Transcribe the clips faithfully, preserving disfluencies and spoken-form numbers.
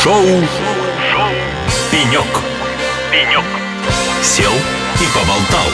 Шоу Шоу Пенек. Пенек. Сел и поболтал.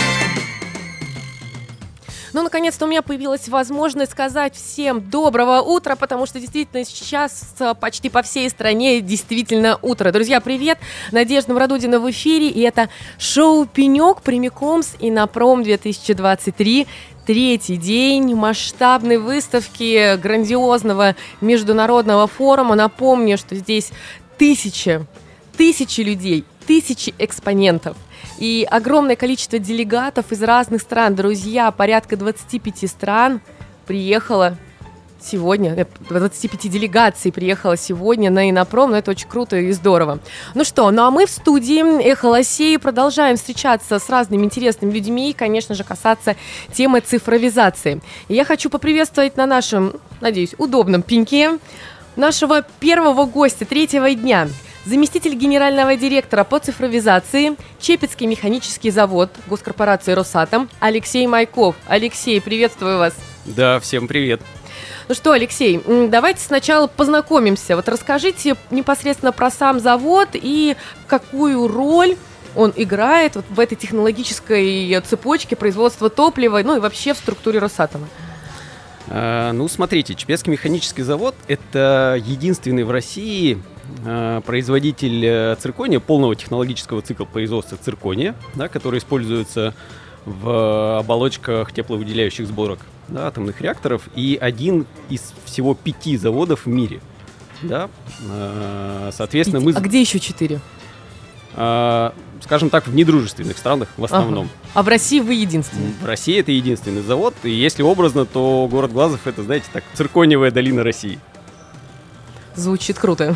Ну, наконец-то у меня появилась возможность сказать всем доброго утра, потому что действительно сейчас почти по всей стране действительно утро. Друзья, привет! Надежда Мрадудина в эфире, и это шоу «Пенек» прямиком с Иннопром две тысячи двадцать три. Третий день масштабной выставки, грандиозного международного форума. Напомню, что здесь тысячи, тысячи людей, тысячи экспонентов. И огромное количество делегатов из разных стран. Друзья, порядка двадцати пяти стран приехало сегодня, двадцати пяти делегаций приехало сегодня на Иннопром. Ну, это очень круто и здорово. Ну что, ну а мы в студии «Эхо Лосей» продолжаем встречаться с разными интересными людьми и, конечно же, касаться темы цифровизации. И я хочу поприветствовать на нашем, надеюсь, удобном пеньке нашего первого гостя третьего дня. Заместитель генерального директора по цифровизации, Чепецкий механический завод госкорпорации «Росатом» Алексей Майков. Алексей, приветствую вас. Да, всем привет. Ну что, Алексей, давайте сначала познакомимся. Вот расскажите непосредственно про сам завод и какую роль он играет вот в этой технологической цепочке производства топлива, ну и вообще в структуре «Росатома». А, ну, смотрите, Чепецкий механический завод – это единственный в России производитель циркония, полного технологического цикла производства циркония, да, который используется в оболочках тепловыделяющих сборок, да, атомных реакторов, и один из всего пяти заводов в мире. Да. Соответственно, мы... А где еще четыре? Скажем так, в недружественных странах в основном. Ага. А в России вы единственный? В России это единственный завод, и если образно, то город Глазов — это, знаете, так, циркониевая долина России. Звучит круто.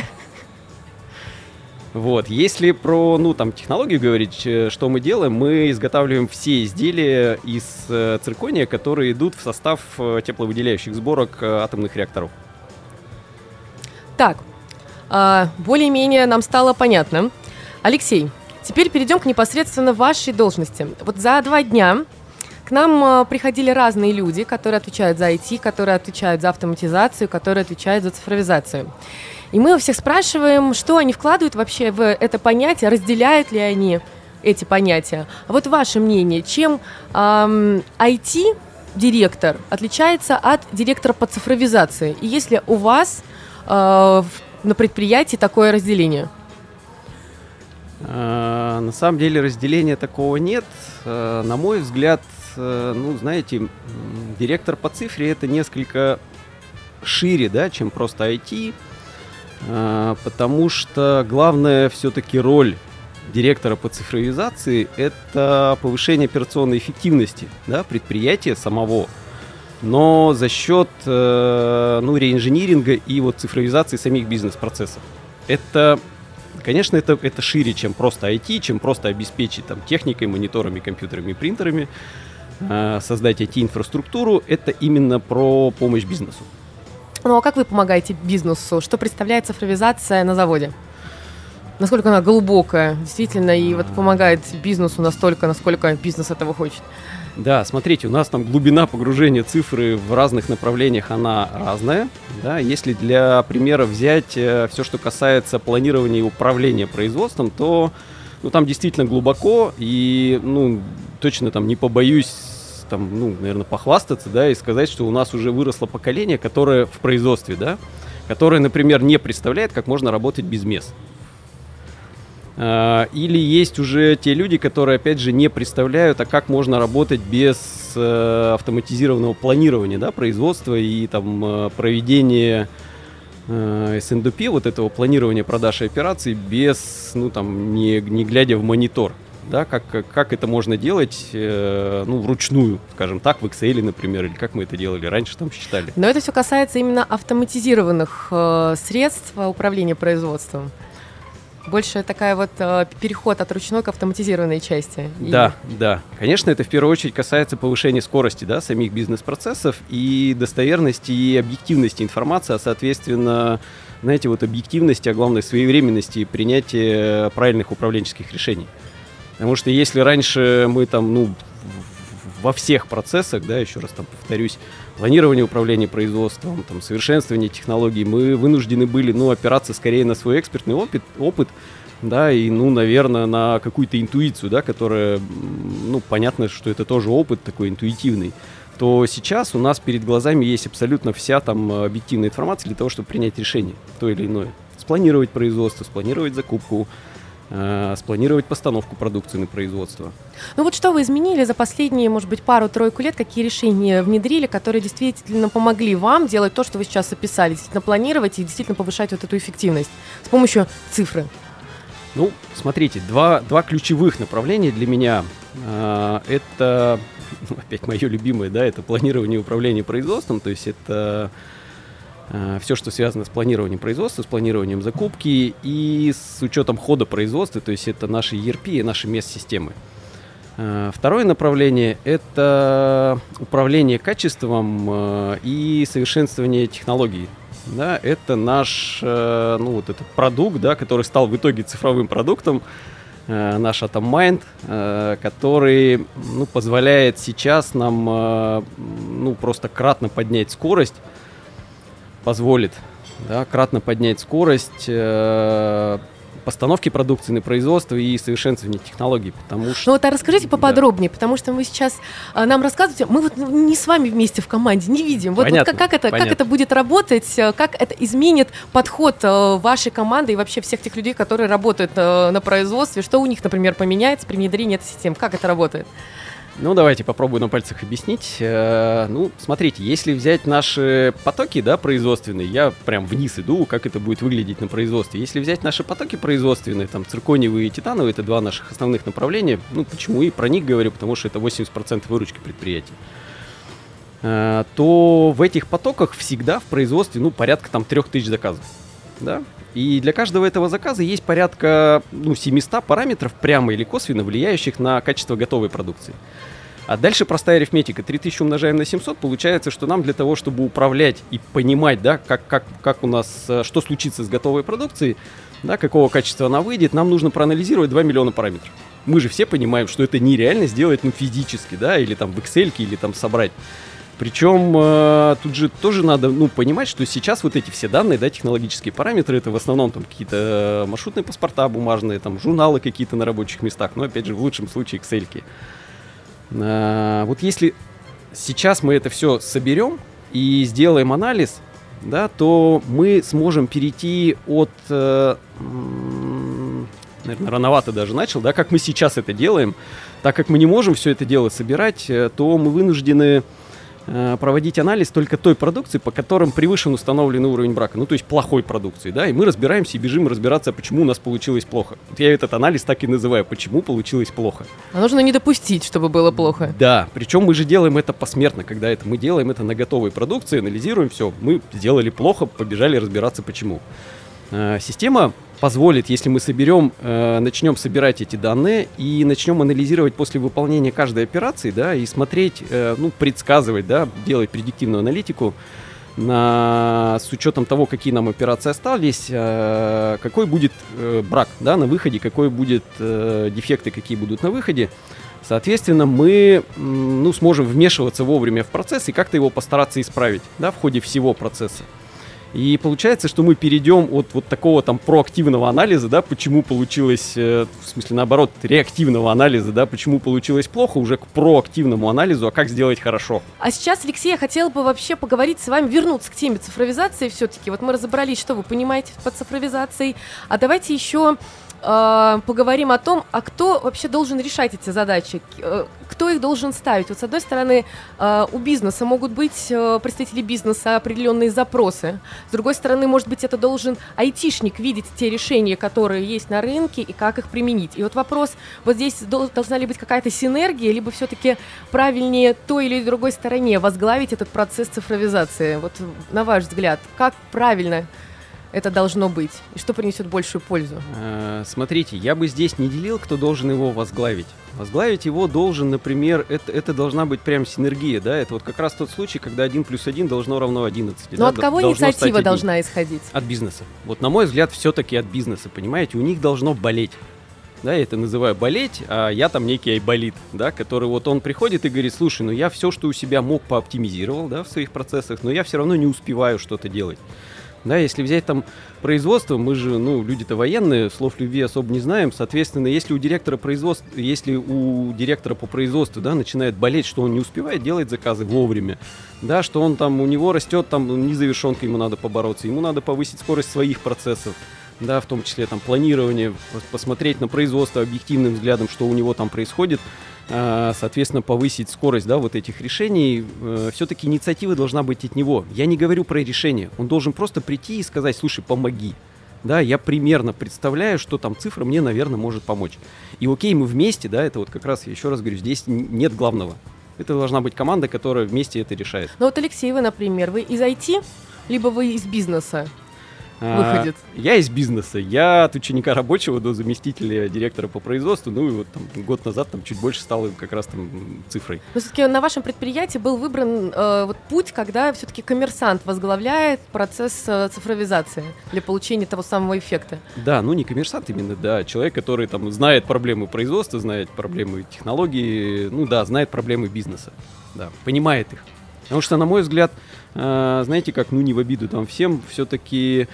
Вот, если про, ну, там, технологию говорить, что мы делаем, мы изготавливаем все изделия из э, циркония, которые идут в состав э, тепловыделяющих сборок э, атомных реакторов. Так, э, более-менее нам стало понятно. Алексей, теперь перейдем к непосредственно вашей должности. Вот за два дня к нам э, приходили разные люди, которые отвечают за ай ти, которые отвечают за автоматизацию, которые отвечают за цифровизацию. И мы у всех спрашиваем, что они вкладывают вообще в это понятие, разделяют ли они эти понятия. А вот ваше мнение, чем эм, ай ти-директор отличается от директора по цифровизации? И есть ли у вас э, в, на предприятии такое разделение? А, на самом деле разделения такого нет. А, на мой взгляд, ну, знаете, директор по цифре — это несколько шире, да, чем просто ай ти, потому что главная все-таки роль директора по цифровизации — это повышение операционной эффективности, да, предприятия самого, но за счет, ну, реинжиниринга и вот цифровизации самих бизнес-процессов. Это, конечно, это, это шире, чем просто ай ти, чем просто обеспечить там техникой, мониторами, компьютерами, принтерами, создать ай ти-инфраструктуру. Это именно про помощь бизнесу. Ну а как вы помогаете бизнесу? Что представляет цифровизация на заводе? Насколько она глубокая, действительно, и вот помогает бизнесу настолько, насколько бизнес этого хочет? Да, смотрите, у нас там глубина погружения цифры в разных направлениях, она разная. Да? Если для примера взять все, что касается планирования и управления производством, то ну, там действительно глубоко, и ну, точно там не побоюсь там, ну, наверное, похвастаться, да, и сказать, что у нас уже выросло поколение, которое в производстве, да, которое, например, не представляет, как можно работать без мес. Или есть уже те люди, которые, опять же, не представляют, а как можно работать без э, автоматизированного планирования, да, производства и там э, проведения э, эс эн ди пи, вот этого планирования продаж и операций, без, ну, там, не, не глядя в монитор. Да, как, как это можно делать, э, ну, вручную, скажем так, в Excel, например, или как мы это делали раньше, там считали. Но это все касается именно автоматизированных э, средств управления производством. Больше такая вот э, переход от ручной к автоматизированной части. Да, и... да. Конечно, это в первую очередь касается повышения скорости, да, самих бизнес-процессов и достоверности и объективности информации, а, соответственно, знаете, вот объективности, а главное, своевременности принятия правильных управленческих решений. Потому что если раньше мы там, ну, во всех процессах, да, еще раз там повторюсь, планирование управления производством, там, совершенствование технологий, мы вынуждены были, ну, опираться скорее на свой экспертный опыт, опыт, да, и, ну, наверное, на какую-то интуицию, да, которая, ну, понятно, что это тоже опыт такой интуитивный, то сейчас у нас перед глазами есть абсолютно вся там объективная информация для того, чтобы принять решение то или иное. Спланировать производство, спланировать закупку, э, спланировать постановку продукции на производство. Ну вот что вы изменили за последние, может быть, пару-тройку лет, какие решения внедрили, которые действительно помогли вам делать то, что вы сейчас описали, действительно планировать и действительно повышать вот эту эффективность с помощью цифры? Ну, смотрите, два, два ключевых направления для меня. Э, это, ну, опять мое любимое, да, это планирование и управление производством, то есть это э, все, что связано с планированием производства, с планированием закупки и с учетом хода производства, то есть это наши и эр пи и наши мест-системы. Э, второе направление – это управление качеством э, и совершенствование технологий. Да, это наш, э, ну, вот этот продукт, да, который стал в итоге цифровым продуктом, э, наш AtomMind, э, который, ну, позволяет сейчас нам, э, ну, просто кратно поднять скорость, позволит, да, кратно поднять скорость э, постановки продукции на производство и совершенствования технологий, потому что... Ну вот, а расскажите поподробнее, да. Потому что вы сейчас а, нам рассказываете, мы вот не с вами вместе в команде, не видим. Вот, Понятно, вот как, как, это, понятно. как это будет работать, как это изменит подход а, вашей команды и вообще всех тех людей, которые работают а, на производстве, что у них, например, поменяется при внедрении этой системы, как это работает? Ну, давайте попробую на пальцах объяснить. Э, ну, смотрите, если взять наши потоки, да, производственные, я прям вниз иду, как это будет выглядеть на производстве. Если взять наши потоки производственные, там, циркониевые и титановые, это два наших основных направления. Ну, почему и про них говорю, потому что это восемьдесят процентов выручки предприятия. Э, то в этих потоках всегда в производстве, ну, порядка там трех тысяч заказов, да. И для каждого этого заказа есть порядка, ну, семьсот параметров, прямо или косвенно влияющих на качество готовой продукции. А дальше простая арифметика. три тысячи умножаем на семьсот, получается, что нам для того, чтобы управлять и понимать, да, как, как, как у нас, что случится с готовой продукцией, да, какого качества она выйдет, нам нужно проанализировать два миллиона параметров. Мы же все понимаем, что это нереально сделать, ну, физически, да, или там в Excel, или там собрать. Причем э, тут же тоже надо, ну, понимать, что сейчас вот эти все данные, да, технологические параметры, это в основном там какие-то маршрутные паспорта бумажные, там журналы какие-то на рабочих местах, но опять же в лучшем случае Excel-ки. Э, вот если сейчас мы это все соберем и сделаем анализ, да, то мы сможем перейти от, э, наверное, рановато даже начал, да, как мы сейчас это делаем, так как мы не можем все это дело собирать, то мы вынуждены проводить анализ только той продукции, по которым превышен установленный уровень брака, ну, то есть плохой продукции, да, и мы разбираемся и бежим разбираться, почему у нас получилось плохо. Вот я этот анализ так и называю, почему получилось плохо. А нужно не допустить, чтобы было плохо. Да, причем мы же делаем это посмертно, когда это мы делаем это на готовой продукции, анализируем все, мы сделали плохо, побежали разбираться, почему. Система позволит, если мы соберем, э, начнем собирать эти данные и начнем анализировать после выполнения каждой операции, да, и смотреть, э, ну, предсказывать, да, делать предиктивную аналитику на, с учетом того, какие нам операции остались, э, какой будет э, брак, да, на выходе, какой будет э, дефекты, какие будут на выходе. Соответственно, мы, ну, сможем вмешиваться вовремя в процесс и как-то его постараться исправить, да, в ходе всего процесса. И получается, что мы перейдем от вот такого там проактивного анализа, да, почему получилось, э, в смысле наоборот, реактивного анализа, да, почему получилось плохо, уже к проактивному анализу, а как сделать хорошо. А сейчас, Алексей, я хотела бы вообще поговорить с вами, вернуться к теме цифровизации все-таки. Вот мы разобрались, что вы понимаете под цифровизацией, а давайте еще э, поговорим о том, а кто вообще должен решать эти задачи, э, кто их должен ставить. Вот с одной стороны, э, у бизнеса могут быть, э, представители бизнеса, определенные запросы. С другой стороны, может быть, это должен айтишник видеть те решения, которые есть на рынке, и как их применить. И вот вопрос, вот здесь должна ли быть какая-то синергия, либо все-таки правильнее той или другой стороне возглавить этот процесс цифровизации? Вот на ваш взгляд, как правильно это должно быть? И что принесет большую пользу? Смотрите, я бы здесь не делил, кто должен его возглавить. Возглавить его должен, например, это, это должна быть прям синергия, да, это вот как раз тот случай, когда один плюс один должно равно одиннадцать. Но да, от кого инициатива должна исходить? От бизнеса. Вот на мой взгляд, все-таки от бизнеса, понимаете, у них должно болеть. Да, я это называю болеть, а я там некий айболит, да, который вот он приходит и говорит: слушай, ну я все, что у себя мог, пооптимизировал, да, в своих процессах, но я все равно не успеваю что-то делать. Да, если взять там производство, мы же, ну, люди-то военные, слов любви особо не знаем, соответственно, если у директора производства, если у директора по производству, да, начинает болеть, что он не успевает делать заказы вовремя, да, что он там, у него растет там незавершенка, ему надо побороться, ему надо повысить скорость своих процессов, да, в том числе там планирование, посмотреть на производство объективным взглядом, что у него там происходит, соответственно, повысить скорость, да, вот этих решений. Все-таки инициатива должна быть от него. Я не говорю про решение. Он должен просто прийти и сказать: слушай, помоги. Да, я примерно представляю, что там цифра мне, наверное, может помочь. И окей, мы вместе, да, это вот как раз, я еще раз говорю, здесь нет главного. Это должна быть команда, которая вместе это решает. Ну вот, Алексей, вы, например, вы из ай ти, либо вы из бизнеса? Выходит. А, я из бизнеса. Я от ученика рабочего до заместителя директора по производству. Ну и вот там год назад там чуть больше стало как раз там цифрой. Но все-таки на вашем предприятии был выбран э, вот путь, когда все-таки коммерсант возглавляет процесс э, цифровизации для получения того самого эффекта. Да, ну не коммерсант именно, да. Человек, который там знает проблемы производства, знает проблемы технологий, ну да, знает проблемы бизнеса. Да, понимает их. Потому что, на мой взгляд, э, знаете, как, ну не в обиду там всем, все-таки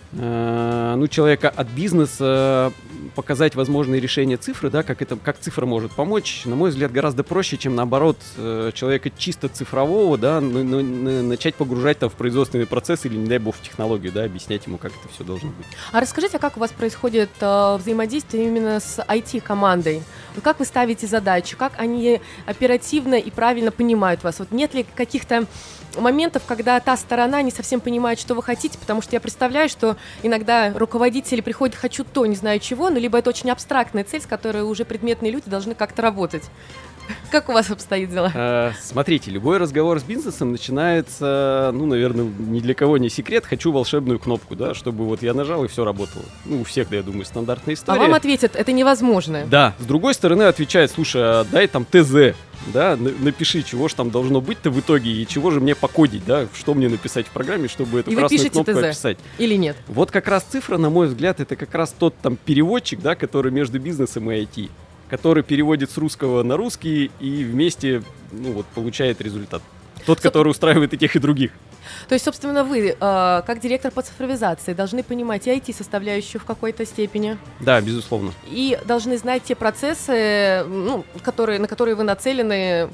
э, ну, человека от бизнеса показать возможные решения цифры, да, как, это, как цифра может помочь, на мой взгляд, гораздо проще, чем наоборот э, человека чисто цифрового, да, ну, ну, начать погружать там в производственные процессы или, не дай бог, в технологию, да, объяснять ему, как это все должно быть. А расскажите, а как у вас происходит э, взаимодействие именно с ай ти-командой? Как вы ставите задачи, как они оперативно и правильно понимают вас? Вот нет ли каких-то моментов, когда та сторона не совсем понимает, что вы хотите, потому что я представляю, что иногда руководители приходят: хочу то, не знаю чего, но либо это очень абстрактная цель, с которой уже предметные люди должны как-то работать. Как у вас обстоит дела? А, смотрите, любой разговор с бизнесом начинается, ну, наверное, ни для кого не секрет: хочу волшебную кнопку, да, чтобы вот я нажал и все работало. Ну, у всех, да, я думаю, стандартная история. А вам ответят: это невозможно. Да, с другой стороны отвечает: слушай, а дай там ТЗ, да, напиши, чего же там должно быть-то в итоге и чего же мне покодить, да, что мне написать в программе, чтобы эту и красную кнопку ТЗ описать. Или нет? Вот как раз цифра, на мой взгляд, это как раз тот там переводчик, да, который между бизнесом и ай ти, который переводит с русского на русский и вместе, ну вот, получает результат. Тот, который устраивает и тех, и других. То есть, собственно, вы, э, как директор по цифровизации, должны понимать и ай ти-составляющую в какой-то степени. Да, безусловно. И должны знать те процессы, ну, которые, на которые вы нацелены.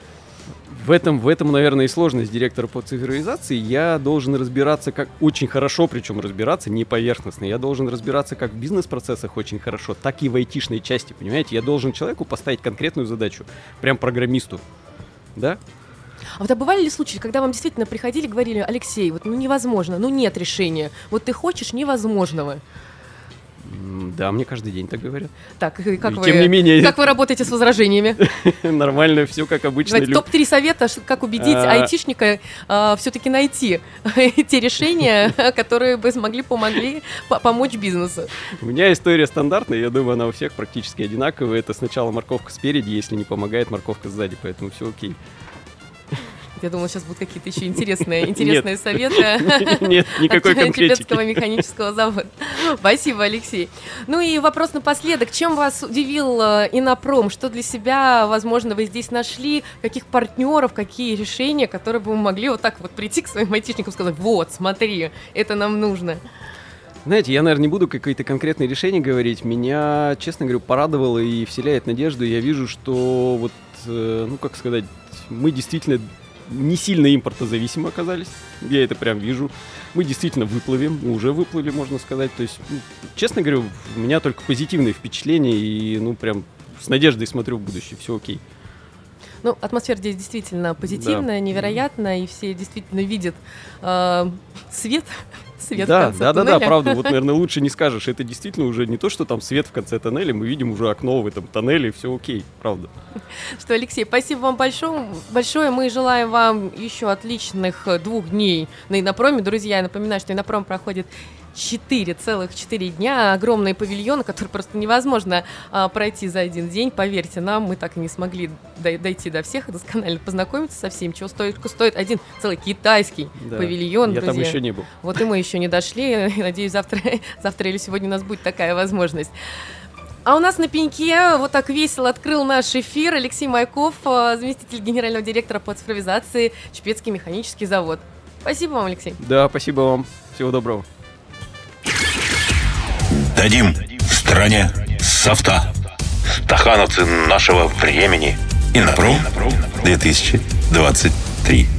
В этом, в этом, наверное, и сложность директора по цифровизации. Я должен разбираться как очень хорошо, причем разбираться не поверхностно. Я должен разбираться как в бизнес-процессах очень хорошо, так и в айтишной части, понимаете? Я должен человеку поставить конкретную задачу, прям программисту, да? А вот а бывали ли случаи, когда вам действительно приходили и говорили: Алексей, вот ну невозможно, ну нет решения, вот ты хочешь невозможного? Да, мне каждый день так говорят. Так, и как, и вы, тем не менее... как вы работаете с возражениями? Нормально, все как обычно. топ-три совета, как убедить айтишника все-таки найти те решения, которые бы смогли помогли помочь бизнесу. У меня история стандартная, я думаю, она у всех практически одинаковая. Это сначала морковка спереди, если не помогает, морковка сзади, поэтому все окей. Я думала, сейчас будут какие-то еще интересные, интересные Нет. советы. Нет, никакой от конкретики. Чепецкого механического завода. Спасибо, Алексей. Ну и вопрос напоследок. Чем вас удивил Иннопром? Что для себя, возможно, вы здесь нашли? Каких партнеров, какие решения, которые бы вы могли вот так вот прийти к своим айтишникам и сказать: вот, смотри, это нам нужно? Знаете, я, наверное, не буду какие-то конкретные решения говорить. Меня, честно говоря, порадовало и вселяет надежду. Я вижу, что вот, ну, как сказать, мы действительно не сильно импортозависимы оказались. Я это прям вижу. Мы действительно выплывем, мы уже выплыли, можно сказать. То есть, ну, честно говоря, у меня только позитивные впечатления. И, ну, прям с надеждой смотрю в будущее. Все окей. Ну, атмосфера здесь действительно позитивная, да. невероятная. И все действительно видят э, свет. Свет да, в конце да, туннеля. да, да, правда. Вот, наверное, лучше не скажешь. Это действительно уже не то, что там свет в конце тоннеля. Мы видим уже окно в этом тоннеле, все окей, правда. Что, Алексей, спасибо вам большое. большое. Мы желаем вам еще отличных двух дней на Иннопроме. Друзья, я напоминаю, что Иннопром проходит четыре целых четыре дня. Огромные павильоны, которые просто невозможно а, пройти за один день. Поверьте нам, мы так и не смогли д- дойти до всех и досконально познакомиться со всеми, чего стоит, стоит один целый китайский да, павильон. Я друзья. там еще не был. Вот и мы еще не дошли. Надеюсь, завтра, завтра или сегодня у нас будет такая возможность. А у нас на пеньке вот так весело открыл наш эфир Алексей Майков, заместитель генерального директора по цифровизации Чепецкий механический завод. Спасибо вам, Алексей. Да, спасибо вам. Всего доброго. Дадим стране софта. Стахановцы нашего времени. Инопром две тысячи двадцать три.